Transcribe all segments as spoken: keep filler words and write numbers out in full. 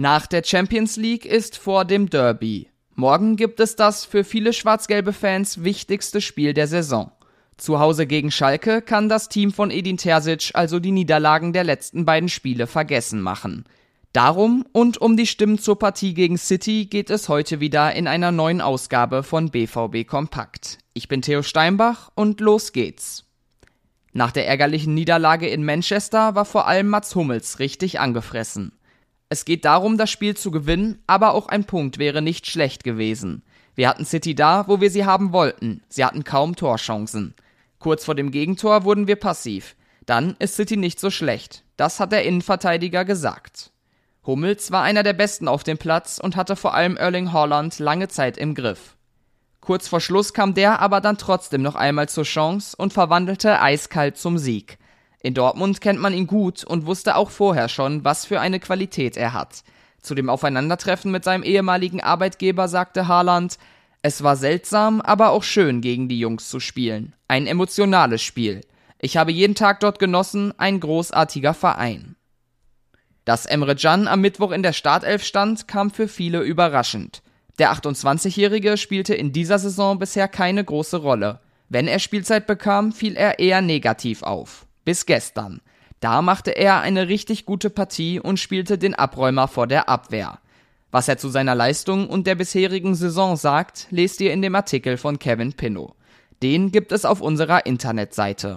Nach der Champions League ist vor dem Derby. Morgen gibt es das für viele schwarz-gelbe Fans wichtigste Spiel der Saison. Zu Hause gegen Schalke kann das Team von Edin Terzic also die Niederlagen der letzten beiden Spiele vergessen machen. Darum und um die Stimmen zur Partie gegen City geht es heute wieder in einer neuen Ausgabe von B V B Kompakt. Ich bin Theo Steinbach und los geht's. Nach der ärgerlichen Niederlage in Manchester war vor allem Mats Hummels richtig angefressen. Es geht darum, das Spiel zu gewinnen, aber auch ein Punkt wäre nicht schlecht gewesen. Wir hatten City da, wo wir sie haben wollten. Sie hatten kaum Torchancen. Kurz vor dem Gegentor wurden wir passiv. Dann ist City nicht so schlecht. Das hat der Innenverteidiger gesagt. Hummels war einer der Besten auf dem Platz und hatte vor allem Erling Haaland lange Zeit im Griff. Kurz vor Schluss kam der aber dann trotzdem noch einmal zur Chance und verwandelte eiskalt zum Sieg. In Dortmund kennt man ihn gut und wusste auch vorher schon, was für eine Qualität er hat. Zu dem Aufeinandertreffen mit seinem ehemaligen Arbeitgeber sagte Haaland: Es war seltsam, aber auch schön, gegen die Jungs zu spielen. Ein emotionales Spiel. Ich habe jeden Tag dort genossen, ein großartiger Verein. Dass Emre Can am Mittwoch in der Startelf stand, kam für viele überraschend. Der achtundzwanzigjährige spielte in dieser Saison bisher keine große Rolle. Wenn er Spielzeit bekam, fiel er eher negativ auf. Bis gestern. Da machte er eine richtig gute Partie und spielte den Abräumer vor der Abwehr. Was er zu seiner Leistung und der bisherigen Saison sagt, lest ihr in dem Artikel von Kevin Pinnow. Den gibt es auf unserer Internetseite.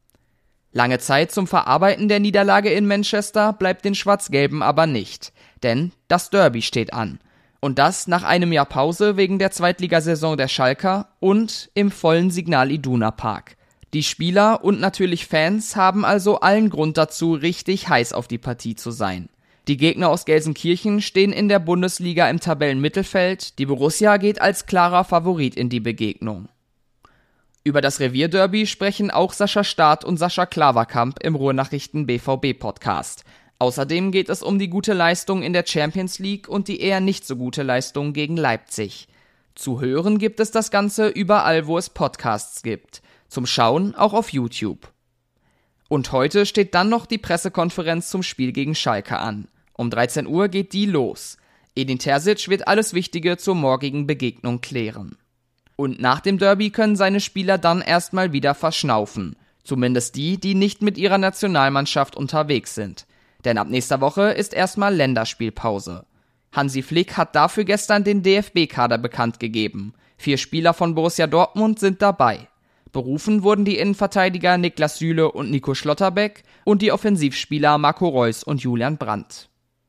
Lange Zeit zum Verarbeiten der Niederlage in Manchester bleibt den Schwarz-Gelben aber nicht, denn das Derby steht an. Und das nach einem Jahr Pause wegen der Zweitligasaison der Schalker und im vollen Signal Iduna Park. Die Spieler und natürlich Fans haben also allen Grund dazu, richtig heiß auf die Partie zu sein. Die Gegner aus Gelsenkirchen stehen in der Bundesliga im Tabellenmittelfeld, die Borussia geht als klarer Favorit in die Begegnung. Über das Revierderby sprechen auch Sascha Staat und Sascha Klaverkamp im Ruhrnachrichten B V B-Podcast. Außerdem geht es um die gute Leistung in der Champions League und die eher nicht so gute Leistung gegen Leipzig. Zu hören gibt es das Ganze überall, wo es Podcasts gibt. Zum Schauen auch auf YouTube. Und heute steht dann noch die Pressekonferenz zum Spiel gegen Schalke an. Um dreizehn Uhr geht die los. Edin Terzic wird alles Wichtige zur morgigen Begegnung klären. Und nach dem Derby können seine Spieler dann erstmal wieder verschnaufen. Zumindest die, die nicht mit ihrer Nationalmannschaft unterwegs sind. Denn ab nächster Woche ist erstmal Länderspielpause. Hansi Flick hat dafür gestern den D F B-Kader bekannt gegeben. Vier Spieler von Borussia Dortmund sind dabei. Berufen wurden die Innenverteidiger Niklas Süle und Nico Schlotterbeck und die Offensivspieler Marco Reus und Julian Brandt.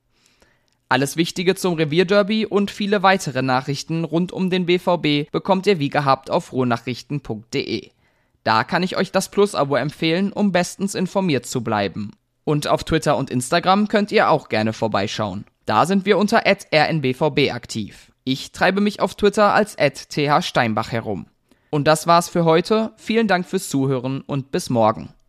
Alles Wichtige zum Revierderby und viele weitere Nachrichten rund um den B V B bekommt ihr wie gehabt auf ruhrnachrichten punkt de. Da kann ich euch das Plus-Abo empfehlen, um bestens informiert zu bleiben. Und auf Twitter und Instagram könnt ihr auch gerne vorbeischauen. Da sind wir unter at r n b v b aktiv. Ich treibe mich auf Twitter als at t h steinbach herum. Und das war's für heute. Vielen Dank fürs Zuhören und bis morgen.